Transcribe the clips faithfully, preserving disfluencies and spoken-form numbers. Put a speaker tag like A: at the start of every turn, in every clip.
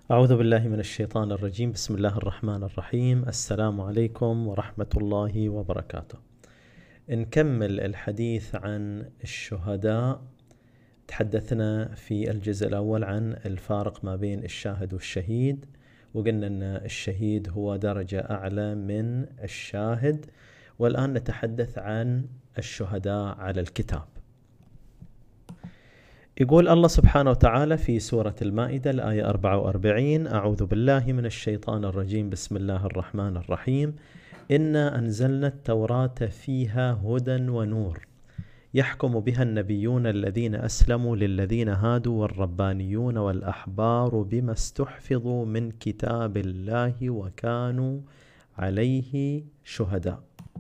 A: أعوذ بالله من الشيطان الرجيم. بسم الله الرحمن الرحيم. السلام عليكم ورحمة الله وبركاته. نكمل الحديث عن الشهداء. تحدثنا في الجزء الأول عن الفارق ما بين الشاهد والشهيد، وقلنا أن الشهيد هو درجة أعلى من الشاهد، والآن نتحدث عن الشهداء على الكتاب. يقول الله سبحانه وتعالى في سورة المائدة الآية أربعة وأربعين: أعوذ بالله من الشيطان الرجيم، بسم الله الرحمن الرحيم. إنا أنزلنا التوراة فيها هدى ونور يحكم بها النبيون الذين أسلموا للذين هادوا والربانيون والأحبار بما استحفظوا من كتاب الله وكانوا عليه شهداء.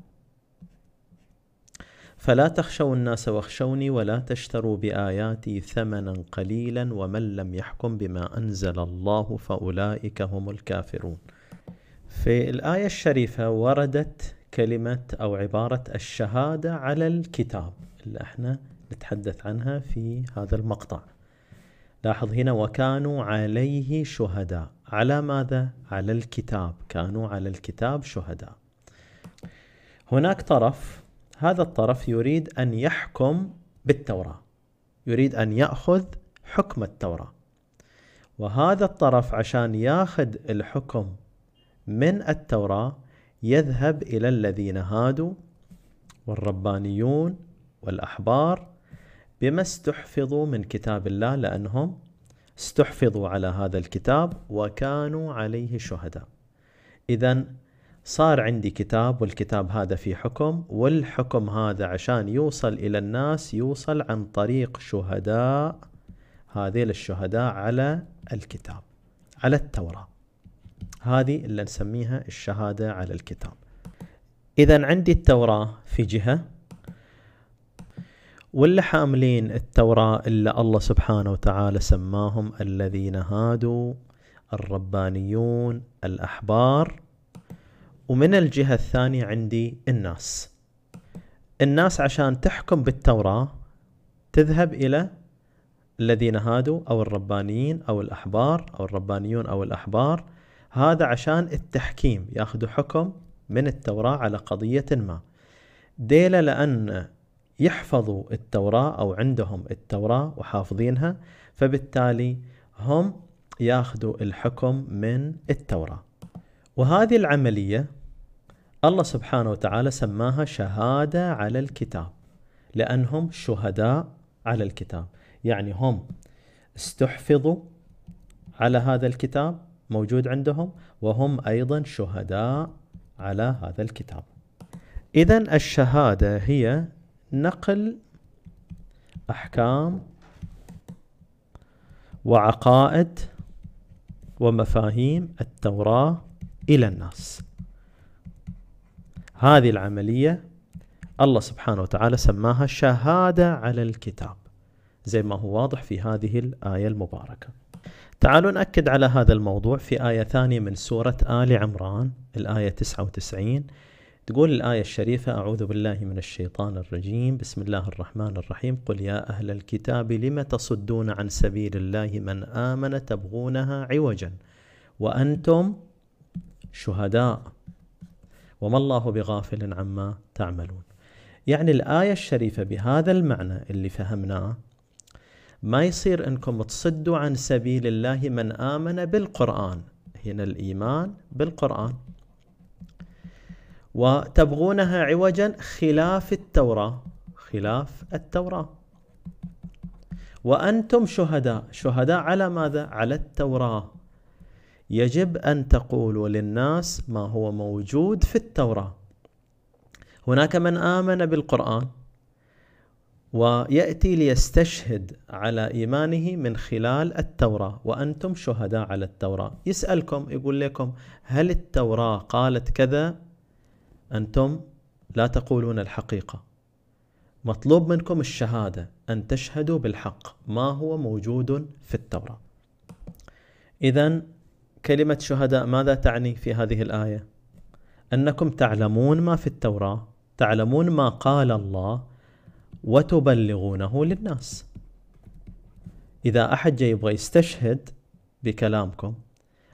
A: فلا تخشوا الناس واخشوني ولا تشتروا بآياتي ثمنا قليلا ومن لم يحكم بما أنزل الله فأولئك هم الكافرون. في الآية الشريفة وردت كلمة أو عبارة الشهادة على الكتاب اللي احنا نتحدث عنها في هذا المقطع. لاحظ هنا وكانوا عليه شهداء. على ماذا؟ على الكتاب. كانوا على الكتاب شهداء. هناك طرف، هذا الطرف يريد أن يحكم بالتوراة، يريد أن يأخذ حكم التوراة، وهذا الطرف عشان ياخذ الحكم من التوراة يذهب إلى الذين هادوا والربانيون والأحبار بما استحفظوا من كتاب الله، لأنهم استحفظوا على هذا الكتاب وكانوا عليه شهداء. إذن صار عندي كتاب، والكتاب هذا فيه حكم، والحكم هذا عشان يوصل إلى الناس يوصل عن طريق شهداء. هذه الشهداء على الكتاب، على التوراة، هذه اللي نسميها الشهادة على الكتاب. إذن عندي التوراة في جهة، واللي حاملين التوراة إلا الله سبحانه وتعالى سماهم الذين هادوا، الربانيون، الأحبار. ومن الجهة الثانية عندي الناس. الناس عشان تحكم بالتوراة تذهب إلى الذين هادوا أو الربانيين أو الأحبار أو الربانيون أو الأحبار، هذا عشان التحكيم، يأخذوا حكم من التوراة على قضية ما. ديلة لأن يحفظوا التوراة أو عندهم التوراة وحافظينها، فبالتالي هم يأخذوا الحكم من التوراة. وهذه العملية الله سبحانه وتعالى سماها شهادة على الكتاب، لأنهم شهداء على الكتاب، يعني هم استحفظوا على هذا الكتاب موجود عندهم، وهم أيضا شهداء على هذا الكتاب. إذن الشهادة هي نقل أحكام وعقائد ومفاهيم التوراة إلى الناس. هذه العملية الله سبحانه وتعالى سماها شهادة على الكتاب، زي ما هو واضح في هذه الآية المباركة. تعالوا نأكد على هذا الموضوع في آية ثانية من سورة آل عمران الآية تسعة وتسعين. تقول الآية الشريفة: أعوذ بالله من الشيطان الرجيم، بسم الله الرحمن الرحيم. قل يا أهل الكتاب لم تصدون عن سبيل الله من آمن تبغونها عوجا وأنتم شهداء وما الله بغافل عما تعملون. يعني الآية الشريفة بهذا المعنى اللي فهمناه، ما يصير أنكم تصدوا عن سبيل الله من آمن بالقرآن، هنا الإيمان بالقرآن، وتبغونها عوجا خلاف التوراة، خلاف التوراة، وأنتم شهداء. شهداء على ماذا؟ على التوراة. يجب أن تقولوا للناس ما هو موجود في التوراة. هناك من آمن بالقرآن ويأتي ليستشهد على إيمانه من خلال التوراة، وأنتم شهداء على التوراة. يسألكم يقول لكم هل التوراة قالت كذا؟ أنتم لا تقولون الحقيقة. مطلوب منكم الشهادة، أن تشهدوا بالحق ما هو موجود في التوراة. إذن كلمة شهداء ماذا تعني في هذه الآية؟ أنكم تعلمون ما في التوراة، تعلمون ما قال الله وتبلغونه للناس. إذا أحد جاي يبغى يستشهد بكلامكم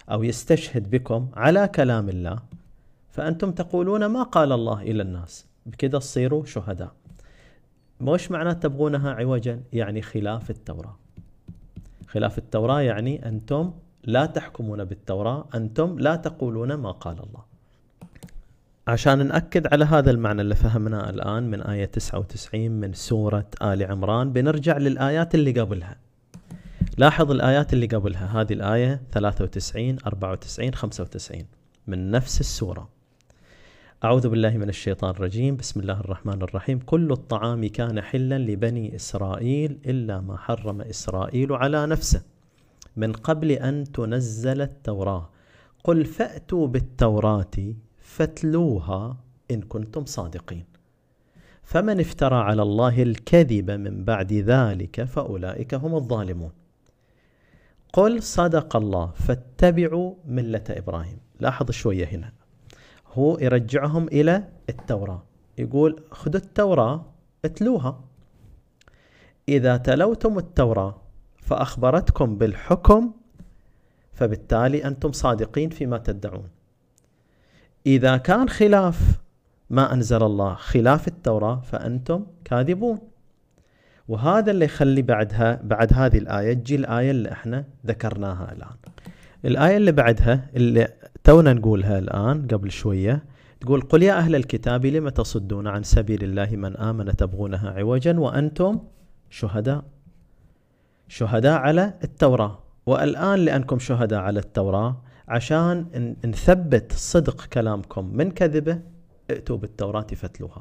A: أو يستشهد بكم على كلام الله، فأنتم تقولون ما قال الله إلى الناس، بكذا تصيروا شهداء. موش معناه تبغونها عوجا؟ يعني خلاف التوراة. خلاف التوراة يعني أنتم لا تحكمون بالتوراة، أنتم لا تقولون ما قال الله. عشان نأكد على هذا المعنى اللي فهمناه الآن من آية تسعة وتسعين من سورة آل عمران، بنرجع للآيات اللي قبلها. لاحظ الآيات اللي قبلها، هذه الآية ثلاثة وتسعين أربعة وتسعين خمسة وتسعين من نفس السورة. أعوذ بالله من الشيطان الرجيم، بسم الله الرحمن الرحيم. كل الطعام كان حلا لبني إسرائيل إلا ما حرم إسرائيل على نفسه من قبل أن تنزل التوراة، قل فأتوا بالتوراة فاتلوها إن كنتم صادقين، فمن افترى على الله الكذب من بعد ذلك فأولئك هم الظالمون. قل صدق الله فاتبعوا ملة إبراهيم. لاحظ شوية هنا، هو يرجعهم إلى التوراة، يقول خذوا التوراة اتلوها، إذا تلوتم التوراة فأخبرتكم بالحكم فبالتالي أنتم صادقين فيما تدعون. إذا كان خلاف ما أنزل الله، خلاف التوراة، فأنتم كاذبون. وهذا اللي يخلي بعدها بعد هذه الآية تجي الآية اللي احنا ذكرناها الآن. الآية اللي بعدها اللي تونا نقولها الآن قبل شوية، تقول قل يا أهل الكتاب لم تصدون عن سبيل الله من آمن تبغونها عوجا وأنتم شهداء. شهداء على التوراة. والآن لأنكم شهداء على التوراة، عشان نثبت صدق كلامكم من كذبه، ائتوا بالتوراة فتلوها.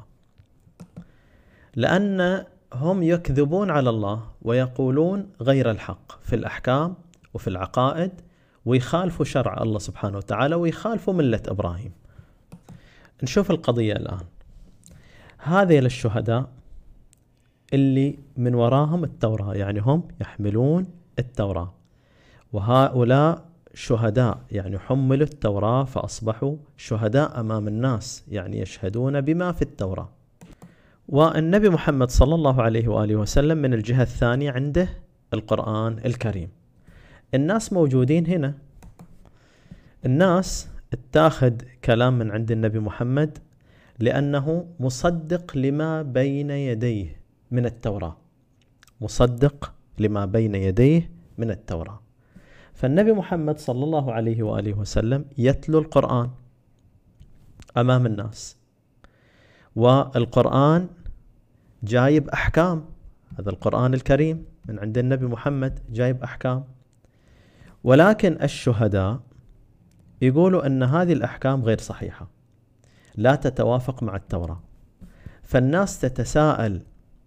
A: لأن هم يكذبون على الله ويقولون غير الحق في الأحكام وفي العقائد، ويخالفوا شرع الله سبحانه وتعالى ويخالفوا ملة إبراهيم. نشوف القضية الآن. هذه للشهداء اللي من وراهم التوراة، يعني هم يحملون التوراة، وهؤلاء شهداء يعني حملوا التوراة فأصبحوا شهداء أمام الناس، يعني يشهدون بما في التوراة. والنبي محمد صلى الله عليه وآله وسلم من الجهة الثانية عنده القرآن الكريم. الناس موجودين هنا، الناس اتاخذ كلام من عند النبي محمد لأنه مصدق لما بين يديه من التوراة، مصدق لما بين يديه من التوراة. فالنبي محمد صلى الله عليه وآله وسلم يتلو القرآن أمام الناس، والقرآن جايب أحكام. هذا القرآن الكريم من عند النبي محمد جايب أحكام، ولكن الشهداء يقولوا أن هذه الأحكام غير صحيحة، لا تتوافق مع التوراة. فالناس تتساءل،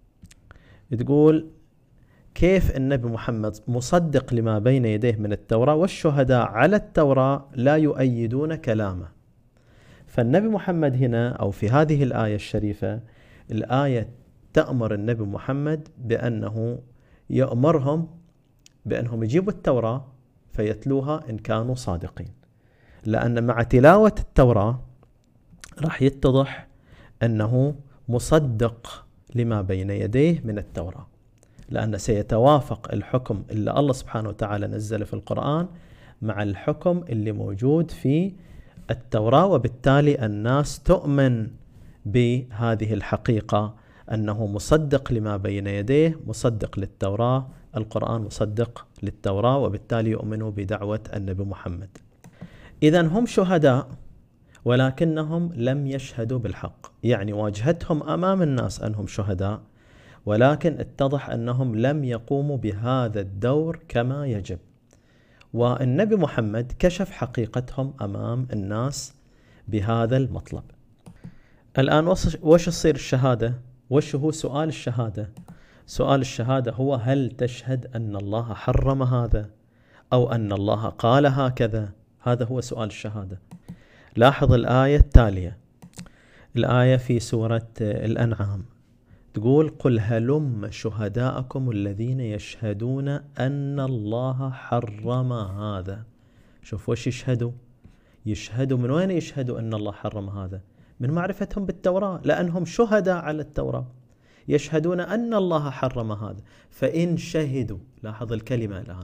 A: تقول كيف النبي محمد مصدق لما بين يديه من التوراة والشهداء على التوراة لا يؤيدون كلامه؟ فالنبي محمد هنا أو في هذه الآية الشريفة، الآية تأمر النبي محمد بأنه يأمرهم بأنهم يجيبوا التوراة فيتلوها إن كانوا صادقين، لأن مع تلاوة التوراة راح يتضح أنه مصدق لما بين يديه من التوراة، لأن سيتوافق الحكم اللي الله سبحانه وتعالى نزل في القرآن مع الحكم اللي موجود في التوراة، وبالتالي الناس تؤمن بهذه الحقيقة أنه مصدق لما بين يديه، مصدق للتوراة، القرآن مصدق للتوراة، وبالتالي يؤمنوا بدعوة النبي محمد. إذن هم شهداء ولكنهم لم يشهدوا بالحق، يعني واجهتهم أمام الناس أنهم شهداء، ولكن اتضح أنهم لم يقوموا بهذا الدور كما يجب. والنبي محمد كشف حقيقتهم أمام الناس بهذا المطلب. الآن وش تصير الشهادة؟ وش هو سؤال الشهادة؟ سؤال الشهادة هو هل تشهد أن الله حرم هذا أو أن الله قال هكذا؟ هذا هو سؤال الشهادة. لاحظ الآية التالية، الآية في سورة الأنعام تقول قل هلم شهداءكم الذين يشهدون أن الله حرم هذا. شوف وش يشهدوا؟ يشهدوا من وين؟ يشهدوا أن الله حرم هذا من معرفتهم بالتوراة، لأنهم شهداء على التوراة، يشهدون أن الله حرم هذا. فإن شهدوا، لاحظ الكلمة الآن،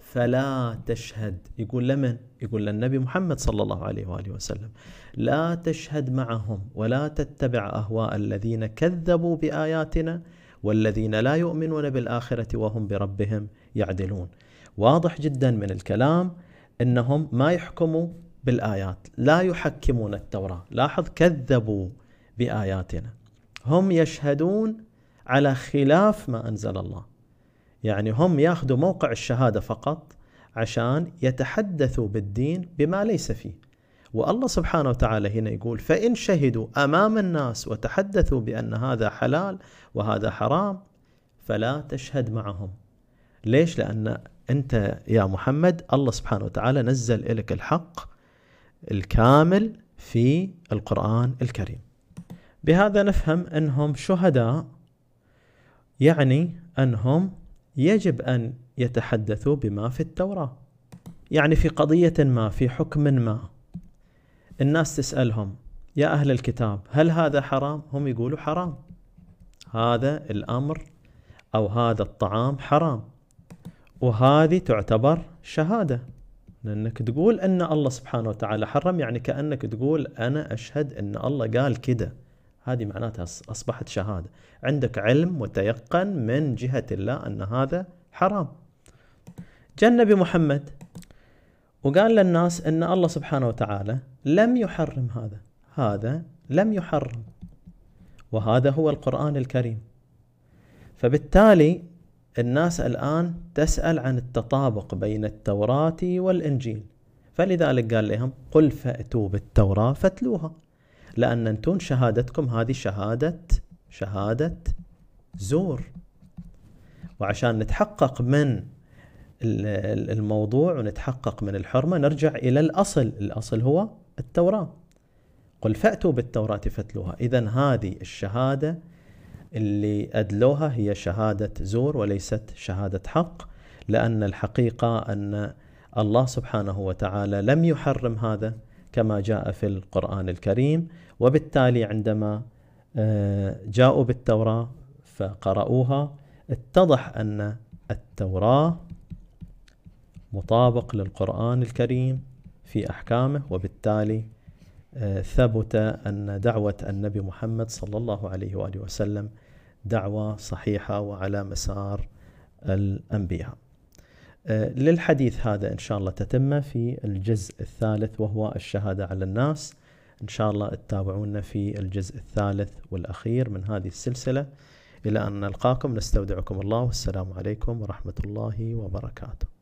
A: فلا تشهد. يقول لمن؟ يقول للنبي محمد صلى الله عليه وآله وسلم: لا تشهد معهم ولا تتبع أهواء الذين كذبوا بآياتنا والذين لا يؤمنون بالآخرة وهم بربهم يعدلون. واضح جدا من الكلام أنهم ما يحكموا بالآيات، لا يحكمون التوراة. لاحظ، كذبوا بآياتنا. هم يشهدون على خلاف ما أنزل الله، يعني هم ياخذوا موقع الشهادة فقط عشان يتحدثوا بالدين بما ليس فيه. والله سبحانه وتعالى هنا يقول: فإن شهدوا أمام الناس وتحدثوا بأن هذا حلال وهذا حرام فلا تشهد معهم. ليش؟ لأن أنت يا محمد الله سبحانه وتعالى نزل إليك الحق الكامل في القرآن الكريم. بهذا نفهم أنهم شهداء، يعني أنهم يجب أن يتحدثوا بما في التوراة. يعني في قضية ما، في حكم ما، الناس تسألهم: يا أهل الكتاب هل هذا حرام؟ هم يقولوا حرام، هذا الأمر أو هذا الطعام حرام. وهذه تعتبر شهادة، لأنك تقول أن الله سبحانه وتعالى حرم، يعني كأنك تقول أنا أشهد أن الله قال كده. هذه معناتها أصبحت شهادة، عندك علم متيقن من جهة الله أن هذا حرام. جاء النبي محمد وقال للناس أن الله سبحانه وتعالى لم يحرم هذا، هذا لم يحرم، وهذا هو القرآن الكريم. فبالتالي الناس الآن تسأل عن التطابق بين التوراة والإنجيل، فلذلك قال لهم: قل فأتوا بالتوراة فاتلوها، لأن أنتم شهادتكم هذه شهادة شهادة زور. وعشان نتحقق من الموضوع ونتحقق من الحرمة نرجع إلى الأصل، الأصل هو التوراة. قل فأتوا بالتوراة فاتلوها. إذن هذه الشهادة اللي أدلوها هي شهادة زور وليست شهادة حق، لأن الحقيقة أن الله سبحانه وتعالى لم يحرم هذا كما جاء في القرآن الكريم. وبالتالي عندما جاءوا بالتوراة فقرأوها اتضح أن التوراة مطابق للقرآن الكريم في أحكامه، وبالتالي ثبت أن دعوة النبي محمد صلى الله عليه وآله وسلم دعوة صحيحة وعلى مسار الأنبياء. للحديث هذا إن شاء الله تتم في الجزء الثالث وهو الشهادة على الناس. إن شاء الله تتابعونا في الجزء الثالث والأخير من هذه السلسلة. إلى أن نلقاكم نستودعكم الله، والسلام عليكم ورحمة الله وبركاته.